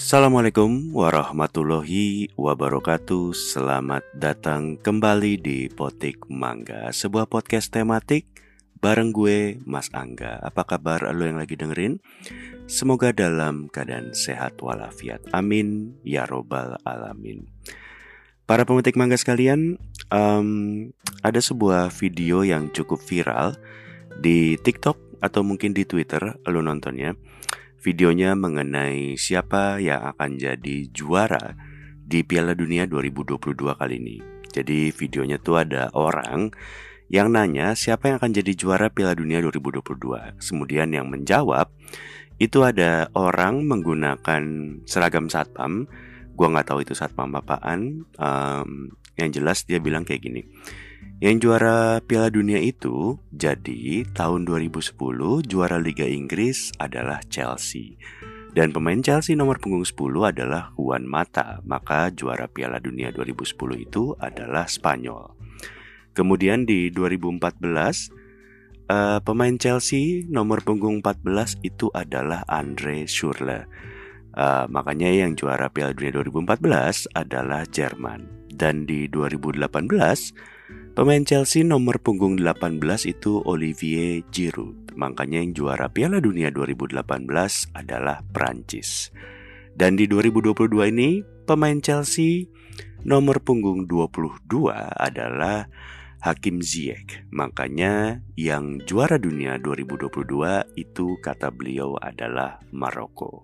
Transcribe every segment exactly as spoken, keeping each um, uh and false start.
Assalamualaikum warahmatullahi wabarakatuh. Selamat datang kembali di Potik Mangga, sebuah podcast tematik bareng gue, Mas Angga. Apa kabar lo yang lagi dengerin? Semoga dalam keadaan sehat walafiat. Amin ya robbal alamin. Para pemetik mangga sekalian, um, ada sebuah video yang cukup viral di TikTok atau mungkin di Twitter. Lo nontonnya? Videonya mengenai siapa yang akan jadi juara di Piala Dunia dua ribu dua puluh dua kali ini. Jadi videonya tuh ada orang yang nanya siapa yang akan jadi juara Piala Dunia dua ribu dua puluh dua. Kemudian yang menjawab itu ada orang menggunakan seragam satpam. Gua gak tahu itu satpam apaan. um, Yang jelas dia bilang kayak gini: yang juara Piala Dunia itu jadi tahun dua ribu sepuluh juara Liga Inggris adalah Chelsea. Dan pemain Chelsea nomor punggung sepuluh adalah Juan Mata. Maka juara Piala Dunia dua ribu sepuluh itu adalah Spanyol. Kemudian di dua ribu empat belas uh, pemain Chelsea nomor punggung empat belas itu adalah Andre Schürrle. uh, Makanya yang juara Piala Dunia dua ribu empat belas adalah Jerman. Dan di dua ribu delapan belas pemain Chelsea nomor punggung delapan belas itu Olivier Giroud. Makanya yang juara Piala Dunia dua ribu delapan belas adalah Prancis. Dan di dua ribu dua puluh dua ini pemain Chelsea nomor punggung dua puluh dua adalah Hakim Ziyech. Makanya yang juara dunia dua ribu dua puluh dua itu kata beliau adalah Maroko.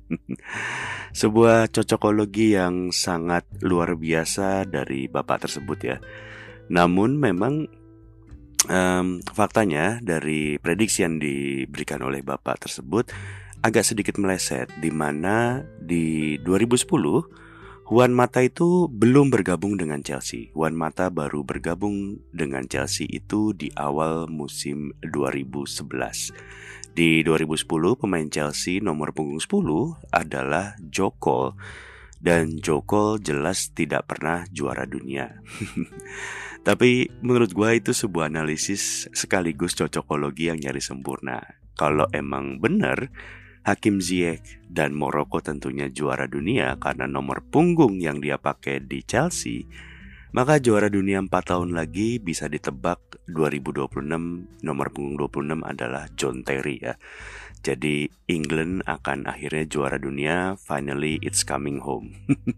Sebuah cocokologi yang sangat luar biasa dari bapak tersebut ya. Namun memang um, faktanya dari prediksi yang diberikan oleh bapak tersebut agak sedikit meleset, di mana di dua ribu sepuluh Juan Mata itu belum bergabung dengan Chelsea. Juan Mata baru bergabung dengan Chelsea itu di awal musim dua ribu sebelas. Di dua ribu sepuluh pemain Chelsea nomor punggung sepuluh adalah Joe Cole. Dan Joe Cole jelas tidak pernah juara dunia. Tapi menurut gue itu sebuah analisis sekaligus cocokologi yang nyaris sempurna. Kalau emang benar Hakim Ziyech dan Maroko tentunya juara dunia karena nomor punggung yang dia pakai di Chelsea, maka juara dunia empat tahun lagi bisa ditebak dua ribu dua puluh enam nomor punggung dua puluh enam adalah John Terry ya. Jadi England akan akhirnya juara dunia. Finally it's coming home.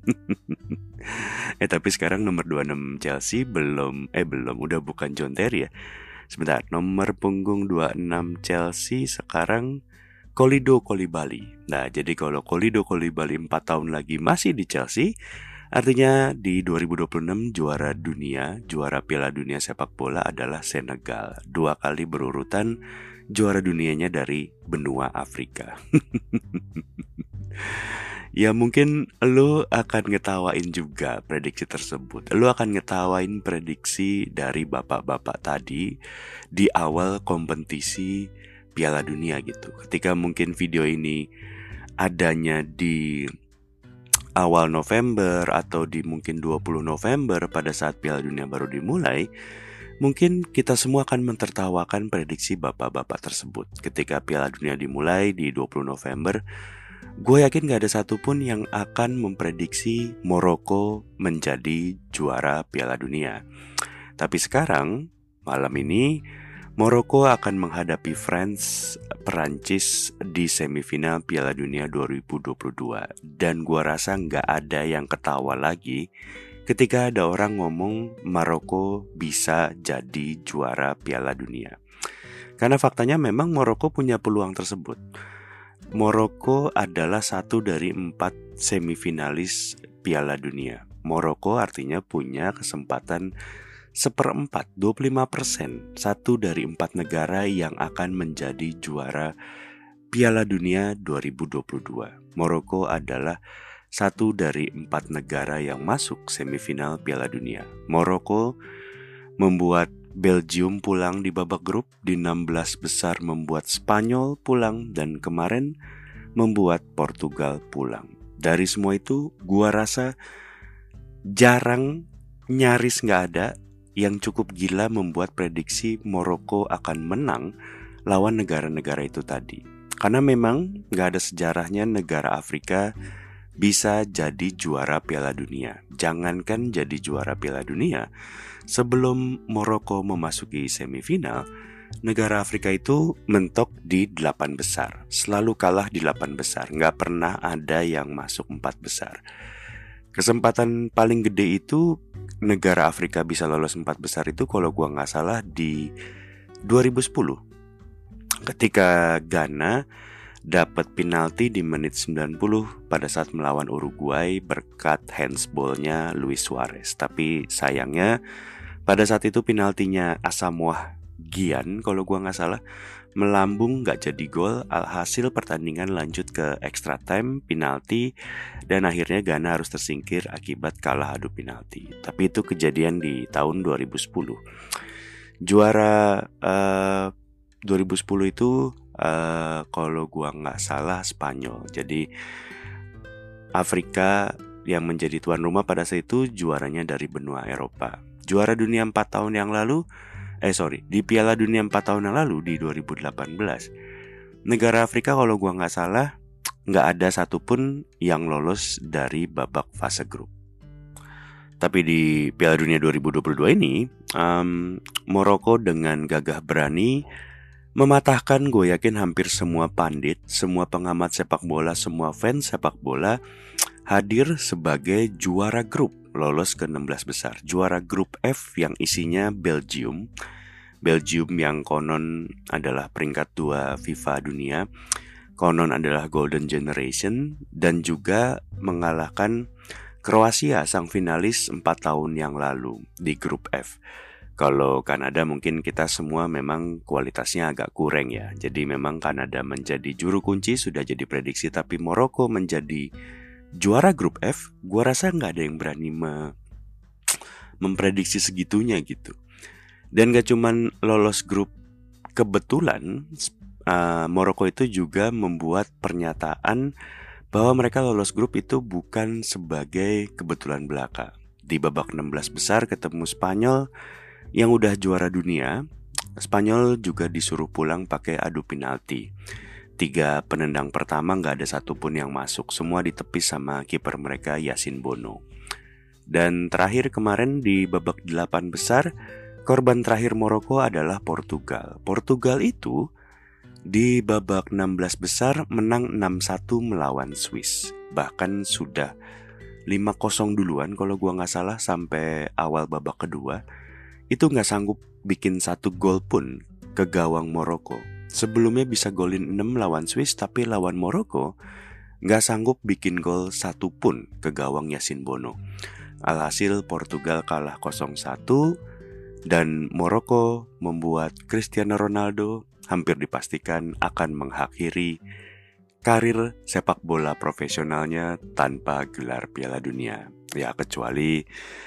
Eh tapi sekarang nomor dua puluh enam Chelsea belum Eh belum, udah bukan John Terry ya. Sebentar, nomor punggung dua puluh enam Chelsea sekarang Kalidou Koulibaly. Nah jadi kalau Kalidou Koulibaly empat tahun lagi masih di Chelsea, artinya di dua ribu dua puluh enam juara dunia, juara Piala Dunia sepak bola adalah Senegal. Dua kali berurutan juara dunianya dari benua Afrika. Ya mungkin lo akan ngetawain juga prediksi tersebut. Lo akan ngetawain prediksi dari bapak-bapak tadi di awal kompetisi Piala Dunia gitu. Ketika mungkin video ini adanya di awal November atau di mungkin dua puluh November pada saat Piala Dunia baru dimulai, mungkin kita semua akan mentertawakan prediksi bapak-bapak tersebut. Ketika Piala Dunia dimulai di dua puluh November, gue yakin gak ada satupun yang akan memprediksi Maroko menjadi juara Piala Dunia. Tapi sekarang, malam ini, Maroko akan menghadapi France, Perancis di semifinal Piala Dunia dua ribu dua puluh dua. Dan gue rasa gak ada yang ketawa lagi ketika ada orang ngomong Maroko bisa jadi juara Piala Dunia. Karena faktanya memang Maroko punya peluang tersebut. Maroko adalah satu dari empat semifinalis Piala Dunia. Maroko artinya punya kesempatan seperempat, dua puluh lima persen, satu dari empat negara yang akan menjadi juara Piala Dunia dua ribu dua puluh dua. Maroko adalah satu dari empat negara yang masuk semifinal Piala Dunia. Maroko membuat Belgium pulang di babak grup, di enam belas besar membuat Spanyol pulang, dan kemarin membuat Portugal pulang. Dari semua itu, gua rasa jarang, nyaris gak ada yang cukup gila membuat prediksi Maroko akan menang lawan negara-negara itu tadi. Karena memang gak ada sejarahnya negara Afrika bisa jadi juara Piala Dunia. Jangankan jadi juara Piala Dunia, sebelum Maroko memasuki semifinal, negara Afrika itu mentok di delapan besar. Selalu kalah di delapan besar, nggak pernah ada yang masuk empat besar. Kesempatan paling gede itu negara Afrika bisa lolos empat besar itu kalau gua nggak salah di dua ribu sepuluh. Ketika Ghana dapat penalti di menit sembilan puluh pada saat melawan Uruguay berkat handsball-nya Luis Suarez. Tapi sayangnya pada saat itu penaltinya Asamoah Gyan kalau gua nggak salah melambung, nggak jadi gol. Alhasil pertandingan lanjut ke extra time, penalti, dan akhirnya Ghana harus tersingkir akibat kalah adu penalti. Tapi itu kejadian di tahun dua ribu sepuluh. Juara uh, dua ribu sepuluh itu uh, kalau gua nggak salah Spanyol. Jadi Afrika yang menjadi tuan rumah pada saat itu juaranya dari benua Eropa. Juara dunia empat tahun yang lalu Eh sorry, di Piala Dunia empat tahun yang lalu di dua ribu delapan belas, negara Afrika kalau gua nggak salah nggak ada satupun yang lolos dari babak fase grup. Tapi di Piala Dunia dua ribu dua puluh dua ini, um, Maroko dengan gagah berani mematahkan, gue yakin hampir semua pandit, semua pengamat sepak bola, semua fans sepak bola hadir sebagai juara grup, lolos ke enam belas besar. Juara grup F yang isinya Belgium. Belgium yang konon adalah peringkat dua FIFA dunia, konon adalah Golden Generation, dan juga mengalahkan Kroasia, sang finalis empat tahun yang lalu di grup F. Kalau Kanada mungkin kita semua memang kualitasnya agak kurang ya. Jadi memang Kanada menjadi juru kunci, sudah jadi prediksi. Tapi Maroko menjadi juara grup F, gua rasa nggak ada yang berani me- memprediksi segitunya gitu. Dan gak cuman lolos grup kebetulan, uh, Maroko itu juga membuat pernyataan bahwa mereka lolos grup itu bukan sebagai kebetulan belaka. Di babak enam belas besar ketemu Spanyol yang udah juara dunia. Spanyol juga disuruh pulang pakai adu penalti. Tiga penendang pertama gak ada satupun yang masuk, semua ditepis sama kiper mereka Yasin Bono. Dan terakhir kemarin di babak delapan besar, korban terakhir Maroko adalah Portugal. Portugal itu di babak enam belas besar menang enam satu melawan Swiss. Bahkan sudah lima kosong duluan kalau gua gak salah sampai awal babak kedua. Itu gak sanggup bikin satu gol pun ke gawang Maroko. Sebelumnya bisa golin enam lawan Swiss, tapi lawan Maroko gak sanggup bikin gol satu pun ke gawang Yasin Bono. Alhasil Portugal kalah nol satu dan Maroko membuat Cristiano Ronaldo hampir dipastikan akan mengakhiri karir sepak bola profesionalnya tanpa gelar Piala Dunia. Ya kecuali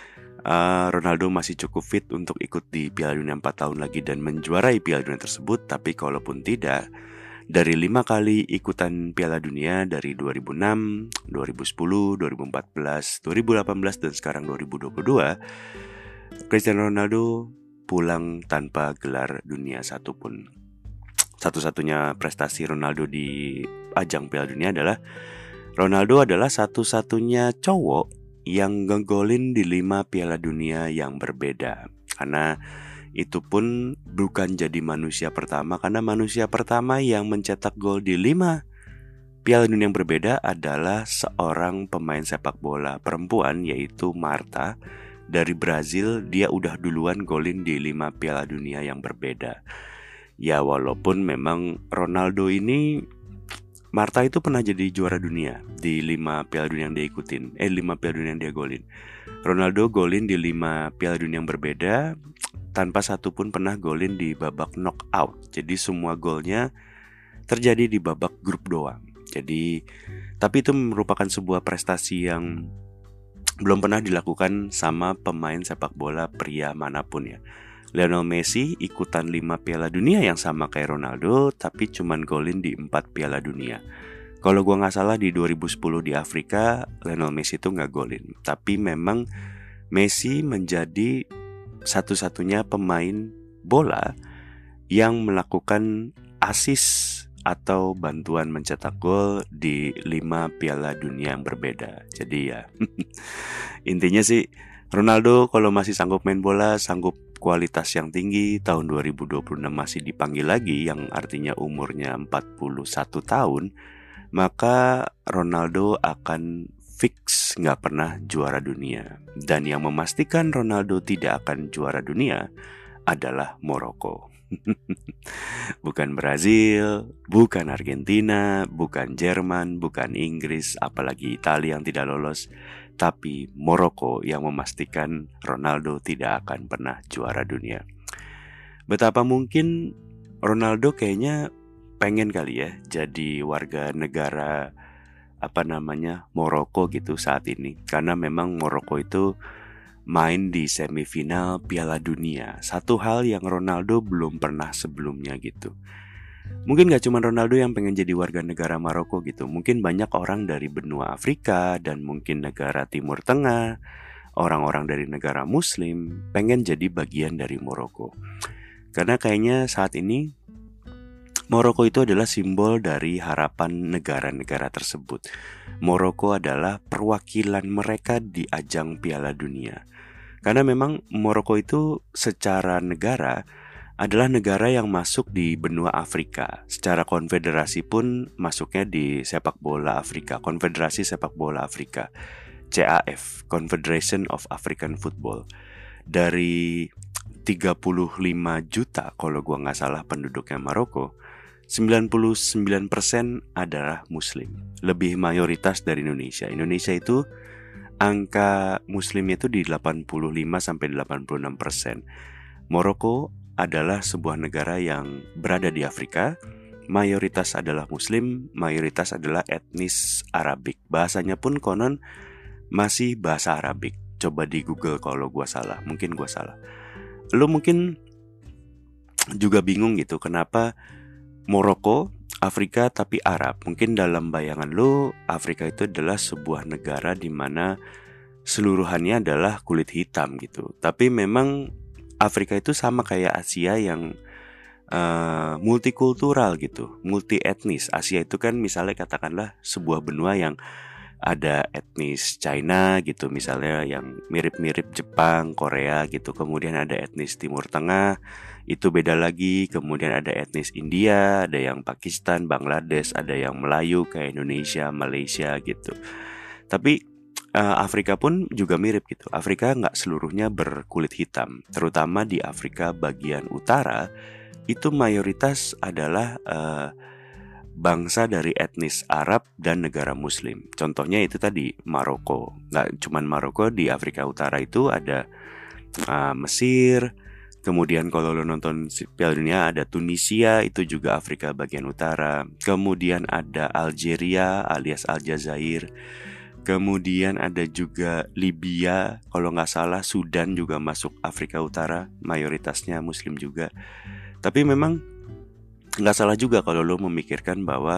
uh, Ronaldo masih cukup fit untuk ikut di Piala Dunia empat tahun lagi dan menjuarai Piala Dunia tersebut. Tapi kalaupun tidak, dari lima kali ikutan Piala Dunia dari dua ribu enam, dua ribu sepuluh, dua ribu empat belas, dua ribu delapan belas dan sekarang dua ribu dua puluh dua, Cristiano Ronaldo pulang tanpa gelar dunia satupun. Satu-satunya prestasi Ronaldo di ajang Piala Dunia adalah Ronaldo adalah satu-satunya cowok yang ngegolin di lima Piala Dunia yang berbeda. Karena itu pun bukan jadi manusia pertama, karena manusia pertama yang mencetak gol di lima Piala Dunia yang berbeda adalah seorang pemain sepak bola perempuan, yaitu Marta dari Brazil. Dia udah duluan golin di lima Piala Dunia yang berbeda. Ya walaupun memang Ronaldo ini, Marta itu pernah jadi juara dunia di lima Piala Dunia yang dia ikutin. Eh lima Piala Dunia yang dia golin. Ronaldo golin di lima Piala Dunia yang berbeda tanpa satu pun pernah golin di babak knockout. Jadi semua golnya terjadi di babak grup doang. Jadi tapi itu merupakan sebuah prestasi yang belum pernah dilakukan sama pemain sepak bola pria manapun ya. Lionel Messi ikutan lima Piala Dunia yang sama kayak Ronaldo, tapi cuman golin di empat Piala Dunia. Kalau gua gak salah di dua ribu sepuluh di Afrika, Lionel Messi itu gak golin. Tapi memang Messi menjadi satu-satunya pemain bola yang melakukan assist atau bantuan mencetak gol di lima Piala Dunia yang berbeda. Jadi ya intinya sih Ronaldo kalau masih sanggup main bola, sanggup kualitas yang tinggi, tahun dua ribu dua puluh enam masih dipanggil lagi, yang artinya umurnya empat puluh satu tahun, maka Ronaldo akan fix nggak pernah juara dunia. Dan yang memastikan Ronaldo tidak akan juara dunia adalah Maroko. Bukan Brazil, bukan Argentina, bukan Jerman, bukan Inggris, apalagi Italia yang tidak lolos, tapi Maroko yang memastikan Ronaldo tidak akan pernah juara dunia. Betapa mungkin Ronaldo kayaknya pengen kali ya jadi warga negara apa namanya Maroko gitu saat ini, karena memang Maroko itu main di semifinal Piala Dunia, satu hal yang Ronaldo belum pernah sebelumnya gitu. Mungkin gak cuma Ronaldo yang pengen jadi warga negara Maroko gitu, mungkin banyak orang dari benua Afrika dan mungkin negara Timur Tengah, orang-orang dari negara Muslim pengen jadi bagian dari Maroko. Karena kayaknya saat ini Maroko itu adalah simbol dari harapan negara-negara tersebut. Maroko adalah perwakilan mereka di ajang Piala Dunia. Karena memang Maroko itu secara negara adalah negara yang masuk di benua Afrika. Secara konfederasi pun masuknya di sepak bola Afrika, Konfederasi Sepak Bola Afrika, C A F, Confederation of African Football. Dari tiga puluh lima juta kalau gua nggak salah penduduknya Maroko, sembilan puluh sembilan persen adalah Muslim, lebih mayoritas dari Indonesia. Indonesia itu angka Muslimnya itu di delapan puluh lima sampai delapan puluh enam persen. Maroko adalah sebuah negara yang berada di Afrika, mayoritas adalah Muslim, mayoritas adalah etnis Arabik. Bahasanya pun konon masih bahasa Arabik. Coba di Google kalau gua salah, mungkin gua salah. Lo mungkin juga bingung gitu, kenapa Maroko, Afrika tapi Arab. Mungkin dalam bayangan lo, Afrika itu adalah sebuah negara di mana seluruhannya adalah kulit hitam gitu. Tapi memang Afrika itu sama kayak Asia yang uh, multikultural gitu, multi etnis. Asia itu kan misalnya katakanlah sebuah benua yang ada etnis China gitu, misalnya yang mirip-mirip Jepang, Korea gitu. Kemudian ada etnis Timur Tengah, itu beda lagi. Kemudian ada etnis India, ada yang Pakistan, Bangladesh, ada yang Melayu kayak Indonesia, Malaysia gitu. Tapi uh, Afrika pun juga mirip gitu. Afrika nggak seluruhnya berkulit hitam, terutama di Afrika bagian utara itu mayoritas adalah uh, bangsa dari etnis Arab dan negara Muslim. Contohnya itu tadi Maroko. Nggak cuman Maroko, di Afrika Utara itu ada uh, Mesir. Kemudian kalau lo nonton Piala Dunia ada Tunisia, itu juga Afrika bagian utara. Kemudian ada Algeria alias Aljazair. Kemudian ada juga Libya, kalau nggak salah Sudan juga masuk Afrika Utara, mayoritasnya Muslim juga. Tapi memang nggak salah juga kalau lo memikirkan bahwa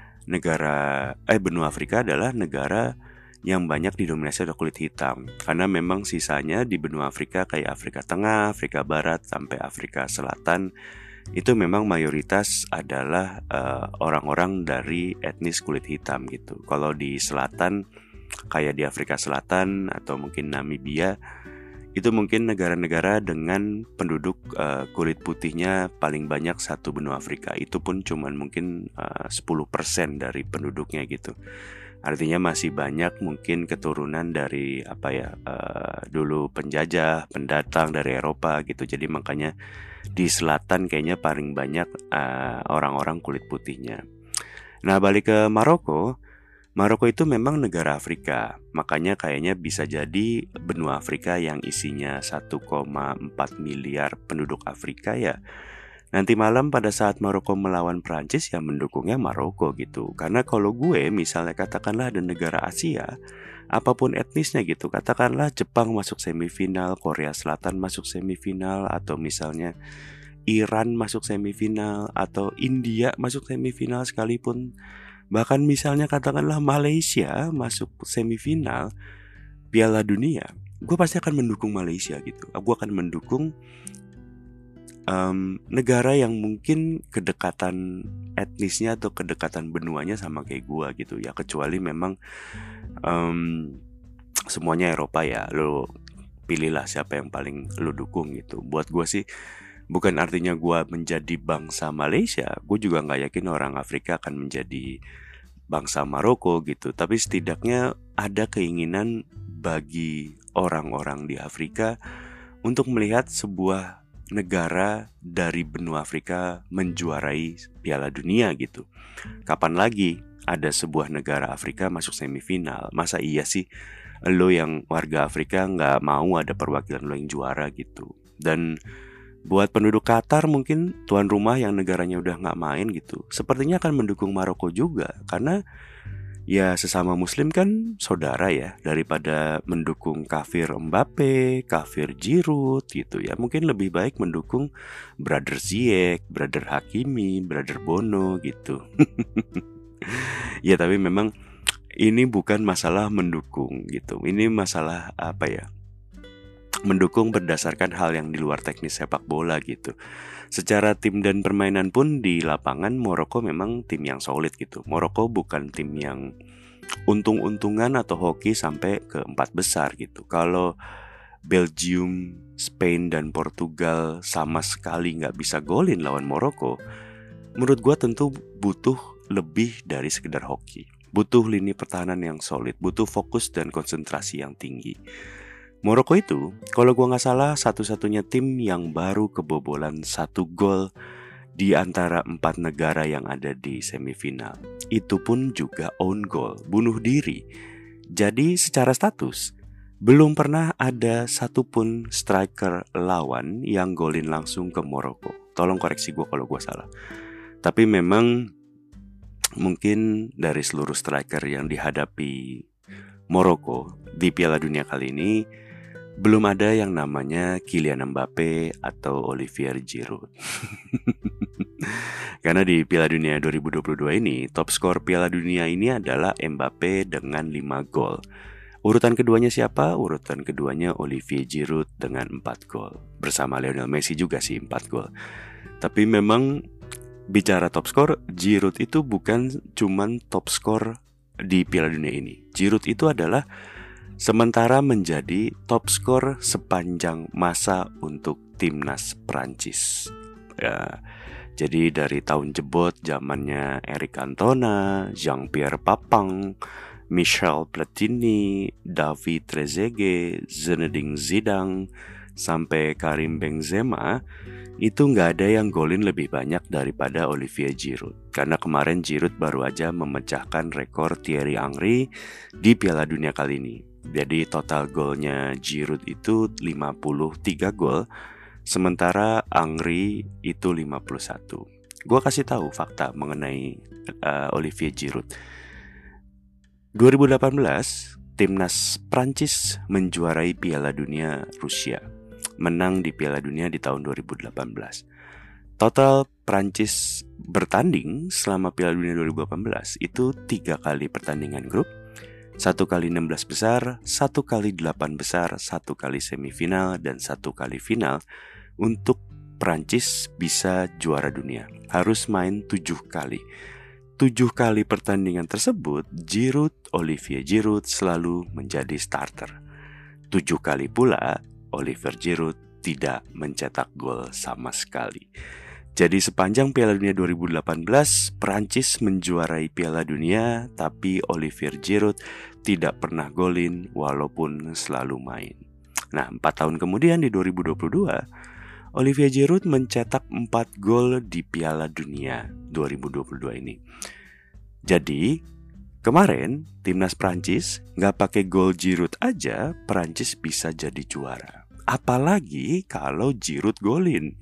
negara eh benua Afrika adalah negara yang banyak didominasi oleh kulit hitam, karena memang sisanya di benua Afrika kayak Afrika Tengah, Afrika Barat sampai Afrika Selatan itu memang mayoritas adalah uh, orang-orang dari etnis kulit hitam gitu. Kalau di selatan kayak di Afrika Selatan atau mungkin Namibia, itu mungkin negara-negara dengan penduduk uh, kulit putihnya paling banyak satu benua Afrika. Itu pun cuman mungkin uh, sepuluh persen dari penduduknya gitu. Artinya masih banyak mungkin keturunan dari apa ya uh, dulu penjajah, pendatang dari Eropa gitu. Jadi makanya di selatan kayaknya paling banyak uh, orang-orang kulit putihnya. Nah, balik ke Maroko. Maroko itu memang negara Afrika, makanya kayaknya bisa jadi benua Afrika yang isinya satu koma empat miliar penduduk Afrika ya. Nanti malam pada saat Maroko melawan Prancis ya mendukungnya Maroko gitu. Karena kalau gue misalnya katakanlah ada negara Asia, apapun etnisnya gitu, katakanlah Jepang masuk semifinal, Korea Selatan masuk semifinal, atau misalnya Iran masuk semifinal, atau India masuk semifinal sekalipun, bahkan misalnya katakanlah Malaysia masuk semifinal Piala Dunia, gue pasti akan mendukung Malaysia gitu. Gue akan mendukung um, negara yang mungkin kedekatan etnisnya atau kedekatan benuanya sama kayak gua gitu ya, kecuali memang um, semuanya Eropa ya, lo pilihlah siapa yang paling lo dukung gitu. Buat gua sih bukan artinya gua menjadi bangsa Malaysia, gue juga nggak yakin orang Afrika akan menjadi bangsa Maroko gitu, tapi setidaknya ada keinginan bagi orang-orang di Afrika untuk melihat sebuah negara dari benua Afrika menjuarai Piala Dunia gitu. Kapan lagi ada sebuah negara Afrika masuk semifinal? Masa iya sih lo yang warga Afrika nggak mau ada perwakilan lo yang juara gitu? Dan buat penduduk Qatar mungkin tuan rumah yang negaranya udah nggak main gitu, sepertinya akan mendukung Maroko juga, karena ya sesama muslim kan saudara ya, daripada mendukung kafir Mbappe, kafir Giroud gitu ya. Mungkin lebih baik mendukung brother Ziyech, brother Hakimi, brother Bono gitu. Ya tapi memang ini bukan masalah mendukung gitu. Ini masalah apa ya? Mendukung berdasarkan hal yang di luar teknis sepak bola gitu. Secara tim dan permainan pun di lapangan Maroko memang tim yang solid gitu. Maroko bukan tim yang untung-untungan atau hoki sampai ke empat besar gitu. Kalau Belgium, Spain dan Portugal sama sekali nggak bisa golin lawan Maroko, menurut gue tentu butuh lebih dari sekedar hoki. Butuh lini pertahanan yang solid, butuh fokus dan konsentrasi yang tinggi. Maroko itu, kalau gue gak salah, satu-satunya tim yang baru kebobolan satu gol di antara empat negara yang ada di semifinal. Itu pun juga own goal, bunuh diri. Jadi secara status, belum pernah ada satupun striker lawan yang golin langsung ke Maroko. Tolong koreksi gue kalau gue salah. Tapi memang mungkin dari seluruh striker yang dihadapi Maroko di Piala Dunia kali ini, belum ada yang namanya Kylian Mbappe atau Olivier Giroud. Karena di Piala Dunia dua ribu dua puluh dua ini, top skor Piala Dunia ini adalah Mbappe dengan lima gol. Urutan keduanya siapa? Urutan keduanya Olivier Giroud dengan empat gol. Bersama Lionel Messi juga sih empat gol. Tapi memang bicara top skor, Giroud itu bukan cuman top skor di Piala Dunia ini. Giroud itu adalah sementara menjadi top skor sepanjang masa untuk timnas Prancis. Ya, jadi dari tahun jebot zamannya Eric Cantona, Jean-Pierre Papin, Michel Platini, David Trezeguet, Zinedine Zidane, sampai Karim Benzema, itu nggak ada yang golin lebih banyak daripada Olivier Giroud. Karena kemarin Giroud baru aja memecahkan rekor Thierry Henry di Piala Dunia kali ini. Jadi total golnya Giroud itu lima puluh tiga gol, sementara Henry itu lima puluh satu. Gue kasih tahu fakta mengenai uh, Olivier Giroud. dua ribu delapan belas, timnas Prancis menjuarai Piala Dunia Rusia, menang di Piala Dunia di tahun dua ribu delapan belas. Total Prancis bertanding selama Piala Dunia dua ribu delapan belas itu tiga kali pertandingan grup, satu kali enam belas besar, satu kali delapan besar, satu kali semifinal, dan satu kali final. Untuk Prancis bisa juara dunia harus main tujuh kali. Tujuh kali pertandingan tersebut, Giroud, Olivier Giroud selalu menjadi starter. Tujuh kali pula, Olivier Giroud tidak mencetak gol sama sekali. Jadi sepanjang Piala Dunia dua ribu delapan belas, Prancis menjuarai Piala Dunia, tapi Olivier Giroud tidak pernah golin walaupun selalu main. Nah, empat tahun kemudian di dua ribu dua puluh dua, Olivier Giroud mencetak empat gol di Piala Dunia dua ribu dua puluh dua ini. Jadi, kemarin timnas Prancis nggak pakai gol Giroud aja, Prancis bisa jadi juara. Apalagi kalau Giroud golin.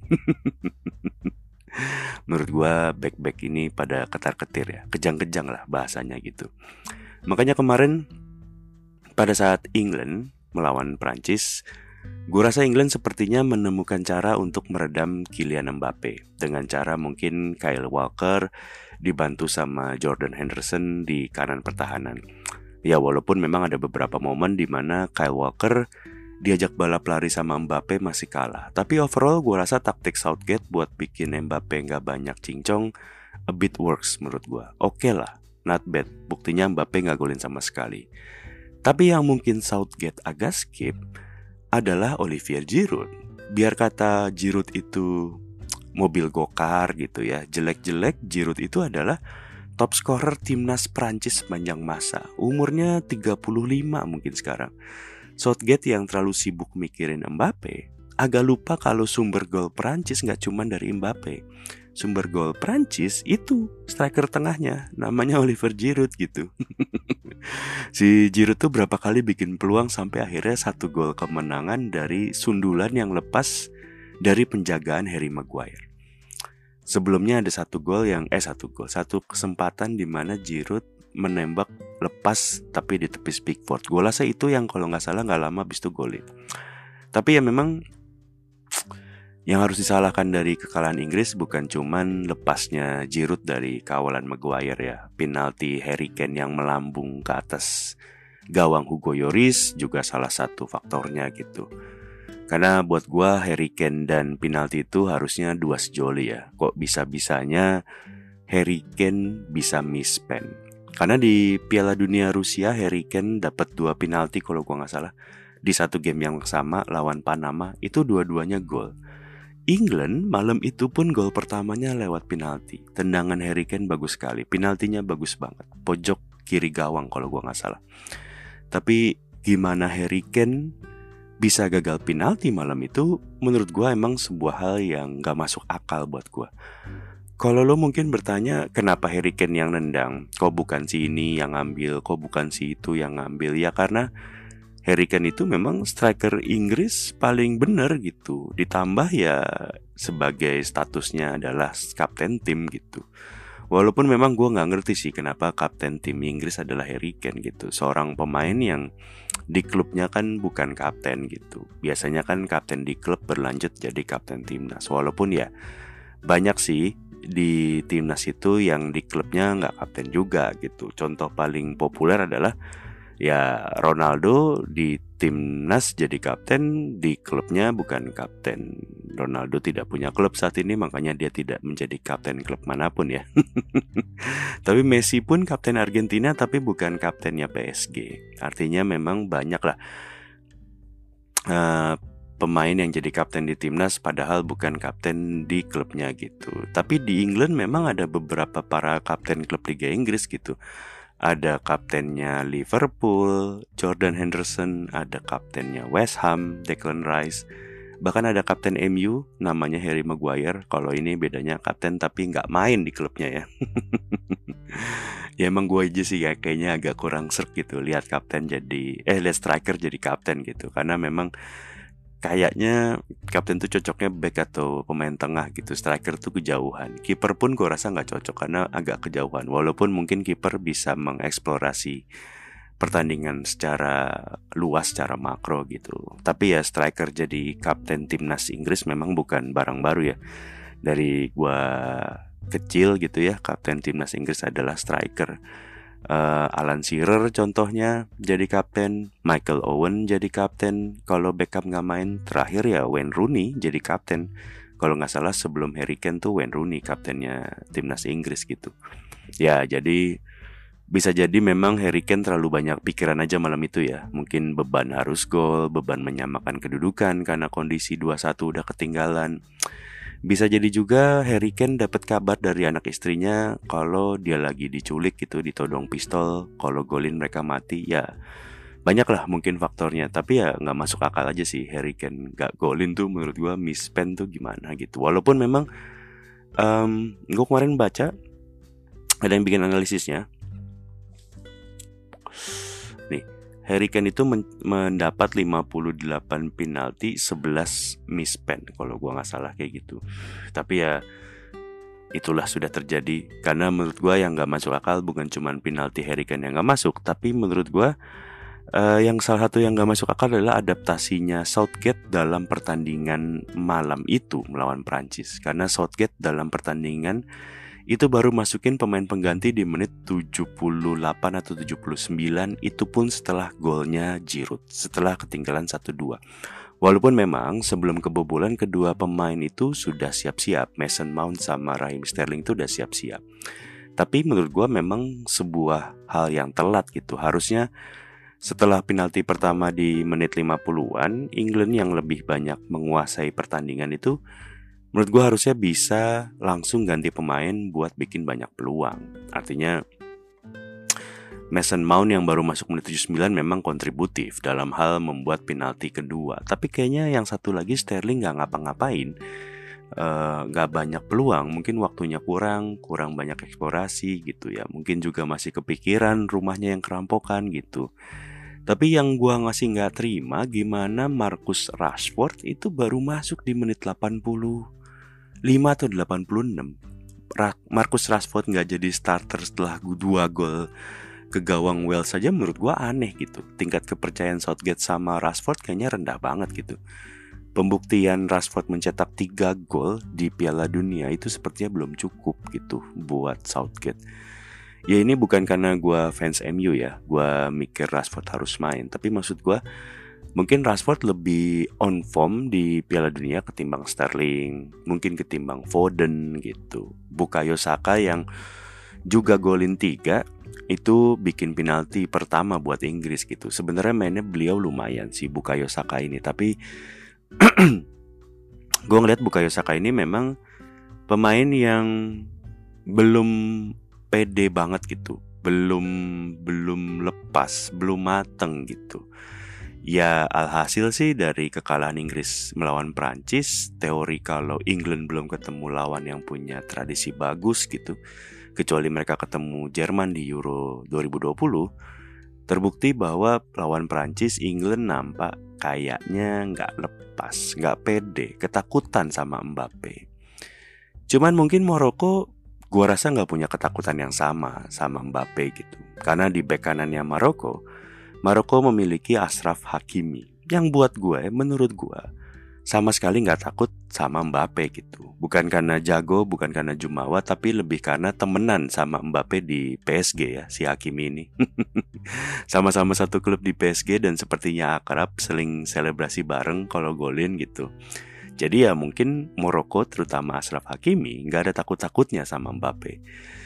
Menurut gue back-back ini pada ketar-ketir ya, kejang-kejang lah bahasanya gitu. Makanya kemarin pada saat England melawan Prancis, gue rasa England sepertinya menemukan cara untuk meredam Kylian Mbappe dengan cara mungkin Kyle Walker dibantu sama Jordan Henderson di kanan pertahanan. Ya walaupun memang ada beberapa momen di mana Kyle Walker diajak balap lari sama Mbappe masih kalah. Tapi overall gue rasa taktik Southgate buat bikin Mbappe gak banyak cincong a bit works menurut gue. Oke okay lah, not bad. Buktinya Mbappe gak golin sama sekali. Tapi yang mungkin Southgate agak skip adalah Olivier Giroud. Biar kata Giroud itu mobil gokar gitu ya, jelek-jelek, Giroud itu adalah top scorer timnas Prancis sepanjang masa. Umurnya tiga puluh lima mungkin sekarang. Southgate yang terlalu sibuk mikirin Mbappe agak lupa kalau sumber gol Prancis gak cuma dari Mbappe. Sumber gol Prancis itu striker tengahnya, namanya Olivier Giroud gitu. Si Giroud tuh berapa kali bikin peluang sampai akhirnya satu gol kemenangan dari sundulan yang lepas dari penjagaan Harry Maguire. Sebelumnya ada satu gol yang eh satu gol, satu kesempatan di mana Giroud menembak lepas tapi di tepis Pickford. Gue rasa itu yang kalau nggak salah nggak lama habis itu golin. Tapi ya memang yang harus disalahkan dari kekalahan Inggris bukan cuman lepasnya Giroud dari kawalan Maguire ya. Penalti Harry Kane yang melambung ke atas gawang Hugo Lloris juga salah satu faktornya gitu. Karena buat gue Harry Kane dan penalti itu harusnya dua sejoli ya. Kok bisa-bisanya Harry Kane bisa miss pen. Karena di Piala Dunia Rusia Harry Kane dapat dua penalti kalau gua nggak salah di satu game yang sama lawan Panama, itu dua-duanya gol. England malam itu pun gol pertamanya lewat penalti. Tendangan Harry Kane bagus sekali, penaltinya bagus banget, pojok kiri gawang kalau gua nggak salah. Tapi gimana Harry Kane bisa gagal penalti malam itu, menurut gua emang sebuah hal yang nggak masuk akal buat gua. Kalau lo mungkin bertanya kenapa Harry Kane yang nendang, kok bukan si ini yang ngambil, kok bukan si itu yang ngambil. Ya karena Harry Kane itu memang striker Inggris paling bener gitu. Ditambah ya sebagai statusnya adalah kapten tim gitu. Walaupun memang gue gak ngerti sih kenapa kapten tim Inggris adalah Harry Kane gitu. Seorang pemain yang di klubnya kan bukan kapten gitu. Biasanya kan kapten di klub berlanjut jadi kapten timnas. Walaupun ya banyak sih di timnas itu yang di klubnya nggak kapten juga gitu. Contoh paling populer adalah ya Ronaldo di timnas jadi kapten, di klubnya bukan kapten. Ronaldo tidak punya klub saat ini, makanya dia tidak menjadi kapten klub manapun ya. Tapi Messi pun kapten Argentina tapi bukan kaptennya P S G. Artinya memang banyak lah uh, pemain yang jadi kapten di timnas padahal bukan kapten di klubnya gitu. Tapi di England memang ada beberapa para kapten klub Liga Inggris gitu. Ada kaptennya Liverpool, Jordan Henderson, ada kaptennya West Ham, Declan Rice. Bahkan ada kapten M U namanya Harry Maguire. Kalau ini bedanya kapten tapi nggak main di klubnya ya. Ya emang gue aja sih ya kayaknya agak kurang serk gitu lihat kapten jadi eh lihat striker jadi kapten gitu. Karena memang kayaknya kapten tuh cocoknya back atau pemain tengah gitu. Striker tuh kejauhan. Kiper pun gue rasa gak cocok karena agak kejauhan. Walaupun mungkin kiper bisa mengeksplorasi pertandingan secara luas, secara makro gitu. Tapi ya striker jadi kapten timnas Inggris memang bukan barang baru ya. Dari gue kecil gitu ya, kapten timnas Inggris adalah striker. Uh, Alan Shearer contohnya jadi kapten, Michael Owen jadi kapten. Kalau Beckham nggak main, terakhir ya Wayne Rooney jadi kapten. Kalau nggak salah sebelum Harry Kane tuh Wayne Rooney kaptennya timnas Inggris gitu. Ya jadi bisa jadi memang Harry Kane terlalu banyak pikiran aja malam itu ya. Mungkin beban harus gol, beban menyamakan kedudukan karena kondisi dua satu udah ketinggalan. Bisa jadi juga Harry Kane dapat kabar dari anak istrinya kalau dia lagi diculik gitu, ditodong pistol. Kalau golin mereka mati, ya banyak lah mungkin faktornya. Tapi ya gak masuk akal aja sih Harry Kane gak golin tuh, menurut gue miss pen tuh gimana gitu. Walaupun memang um, gue kemarin baca ada yang bikin analisisnya. Nih, Harry Kane itu men- mendapat lima puluh delapan penalti, sebelas miss pen kalau gua nggak salah kayak gitu. Tapi ya itulah sudah terjadi. Karena menurut gua yang nggak masuk akal bukan cuma penalti Harry Kane yang nggak masuk, tapi menurut gua uh, yang salah satu yang nggak masuk akal adalah adaptasinya Southgate dalam pertandingan malam itu melawan Prancis. Karena Southgate dalam pertandingan itu baru masukin pemain pengganti di menit tujuh puluh delapan atau tujuh puluh sembilan, itu pun setelah golnya Giroud, setelah ketinggalan satu dua. Walaupun memang sebelum kebobolan kedua pemain itu sudah siap-siap, Mason Mount sama Raheem Sterling itu udah siap-siap. Tapi menurut gue memang sebuah hal yang telat gitu. Harusnya setelah penalti pertama di menit lima puluhan, England yang lebih banyak menguasai pertandingan itu menurut gue harusnya bisa langsung ganti pemain buat bikin banyak peluang. Artinya Mason Mount yang baru masuk menit tujuh puluh sembilan memang kontributif dalam hal membuat penalti kedua. Tapi kayaknya yang satu lagi Sterling gak ngapa-ngapain, uh, gak banyak peluang. Mungkin waktunya kurang, kurang banyak eksplorasi gitu ya. Mungkin juga masih kepikiran rumahnya yang kerampokan gitu. Tapi yang gua masih gak terima, gimana Marcus Rashford itu baru masuk di menit delapan puluh lima atau delapan puluh enam. Marcus Rashford gak jadi starter setelah dua gol ke gawang Wales saja menurut gue aneh gitu. Tingkat kepercayaan Southgate sama Rashford kayaknya rendah banget gitu. Pembuktian Rashford mencetak tiga gol di Piala Dunia itu sepertinya belum cukup gitu buat Southgate. Ya ini bukan karena gue fans M U ya, gue mikir Rashford harus main. Tapi maksud gue mungkin Rashford lebih on form di Piala Dunia ketimbang Sterling, mungkin ketimbang Foden gitu. Bukayo Saka yang juga golin tiga itu bikin penalti pertama buat Inggris gitu. Sebenarnya mainnya beliau lumayan sih Bukayo Saka ini, tapi gue ngeliat Bukayo Saka ini memang pemain yang belum pede banget gitu, belum belum lepas, belum mateng gitu. Ya alhasil sih dari kekalahan Inggris melawan Prancis, teori kalau England belum ketemu lawan yang punya tradisi bagus gitu, kecuali mereka ketemu Jerman di Euro dua ribu dua puluh, terbukti bahwa lawan Prancis England nampak kayaknya gak lepas, gak pede, ketakutan sama Mbappe. Cuman mungkin Maroko gua rasa gak punya ketakutan yang sama sama Mbappe gitu. Karena di bek kanannya Maroko, Maroko memiliki Achraf Hakimi yang buat gue, menurut gue sama sekali gak takut sama Mbappe gitu. Bukan karena jago, bukan karena jumawa, tapi lebih karena temenan sama Mbappe di P S G ya, si Hakimi ini. Sama-sama satu klub di P S G dan sepertinya akrab, seling selebrasi bareng kalau golin gitu. Jadi ya mungkin Maroko terutama Achraf Hakimi gak ada takut-takutnya sama Mbappe.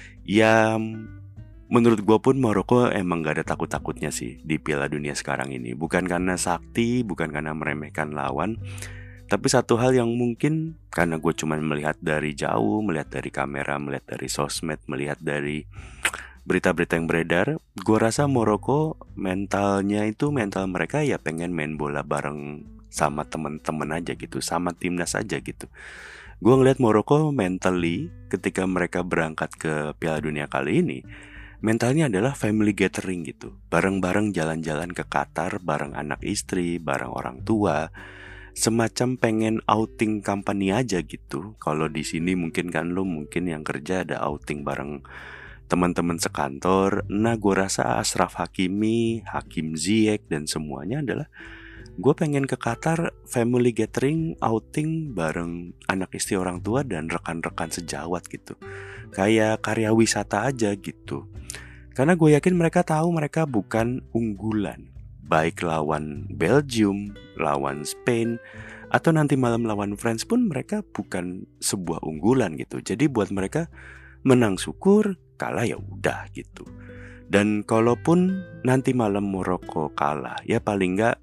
Ya menurut gue pun Maroko emang gak ada takut-takutnya sih di Piala Dunia sekarang ini. Bukan karena sakti, bukan karena meremehkan lawan, tapi satu hal yang mungkin karena gue cuma melihat dari jauh, melihat dari kamera, melihat dari sosmed, melihat dari berita-berita yang beredar, gue rasa Maroko mentalnya itu mental mereka ya pengen main bola bareng sama temen-temen aja gitu, sama timnas aja gitu. Gue ngeliat Maroko mentally ketika mereka berangkat ke Piala Dunia kali ini, mentalnya adalah family gathering gitu. Bareng-bareng jalan-jalan ke Qatar, bareng anak istri, bareng orang tua. Semacam pengen outing company aja gitu. Kalau di sini mungkin kan lo mungkin yang kerja ada outing bareng teman-teman sekantor. Nah gue rasa Achraf Hakimi, Hakim Ziyech dan semuanya adalah gue pengen ke Qatar family gathering outing bareng anak istri orang tua dan rekan-rekan sejawat gitu. Kayak karya wisata aja gitu. Karena gue yakin mereka tahu mereka bukan unggulan. Baik lawan Belgium, lawan Spain, atau nanti malam lawan France pun mereka bukan sebuah unggulan gitu. Jadi buat mereka menang syukur, kalah ya udah gitu. Dan kalaupun nanti malam Maroko kalah, ya paling gak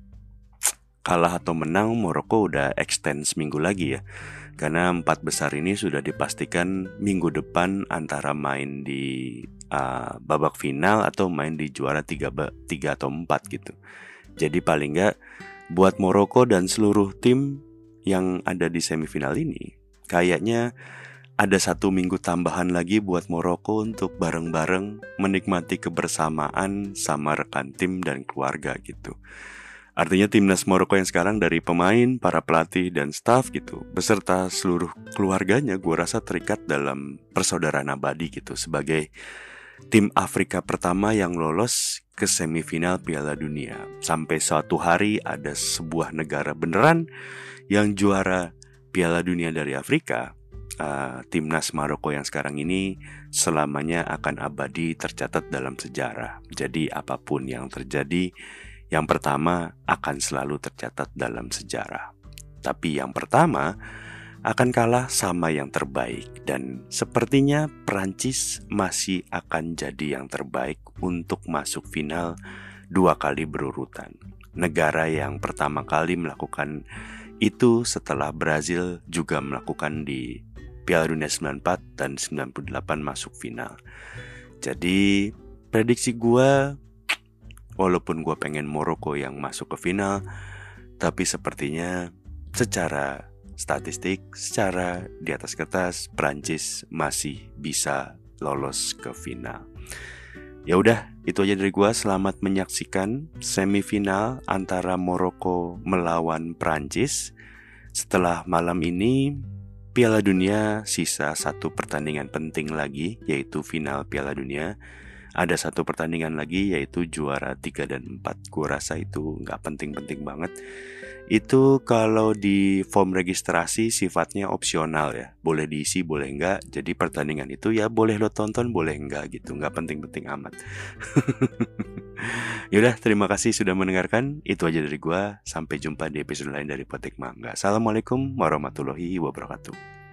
kalah atau menang Maroko udah extend seminggu lagi ya. Karena empat besar ini sudah dipastikan minggu depan antara main di uh, babak final atau main di juara tiga atau empat gitu. Jadi paling gak buat Maroko dan seluruh tim yang ada di semifinal ini, kayaknya ada satu minggu tambahan lagi buat Maroko untuk bareng-bareng menikmati kebersamaan sama rekan tim dan keluarga gitu. Artinya timnas Maroko yang sekarang dari pemain, para pelatih, dan staf gitu, beserta seluruh keluarganya gue rasa terikat dalam persaudaraan abadi gitu. Sebagai tim Afrika pertama yang lolos ke semifinal Piala Dunia. Sampai suatu hari ada sebuah negara beneran yang juara Piala Dunia dari Afrika. uh, timnas Maroko yang sekarang ini selamanya akan abadi tercatat dalam sejarah. Jadi apapun yang terjadi, yang pertama akan selalu tercatat dalam sejarah. Tapi yang pertama akan kalah sama yang terbaik, dan sepertinya Prancis masih akan jadi yang terbaik untuk masuk final dua kali berurutan. Negara yang pertama kali melakukan itu setelah Brazil juga melakukan di Piala Dunia sembilan puluh empat dan sembilan puluh delapan masuk final. Jadi prediksi gue, walaupun gue pengen Maroko yang masuk ke final, tapi sepertinya secara statistik, secara di atas kertas, Prancis masih bisa lolos ke final. Ya udah, itu aja dari gua. Selamat menyaksikan semifinal antara Maroko melawan Prancis. Setelah malam ini, Piala Dunia sisa satu pertandingan penting lagi, yaitu final Piala Dunia. Ada satu pertandingan lagi, yaitu juara tiga dan empat. Gua rasa itu gak penting-penting banget. Itu kalau di form registrasi sifatnya opsional ya, boleh diisi boleh enggak. Jadi pertandingan itu ya boleh lo tonton boleh enggak gitu, enggak penting-penting amat. Yaudah, terima kasih sudah mendengarkan. Itu aja dari gua. Sampai jumpa di episode lain dari Potik Mangga. Assalamualaikum warahmatullahi wabarakatuh.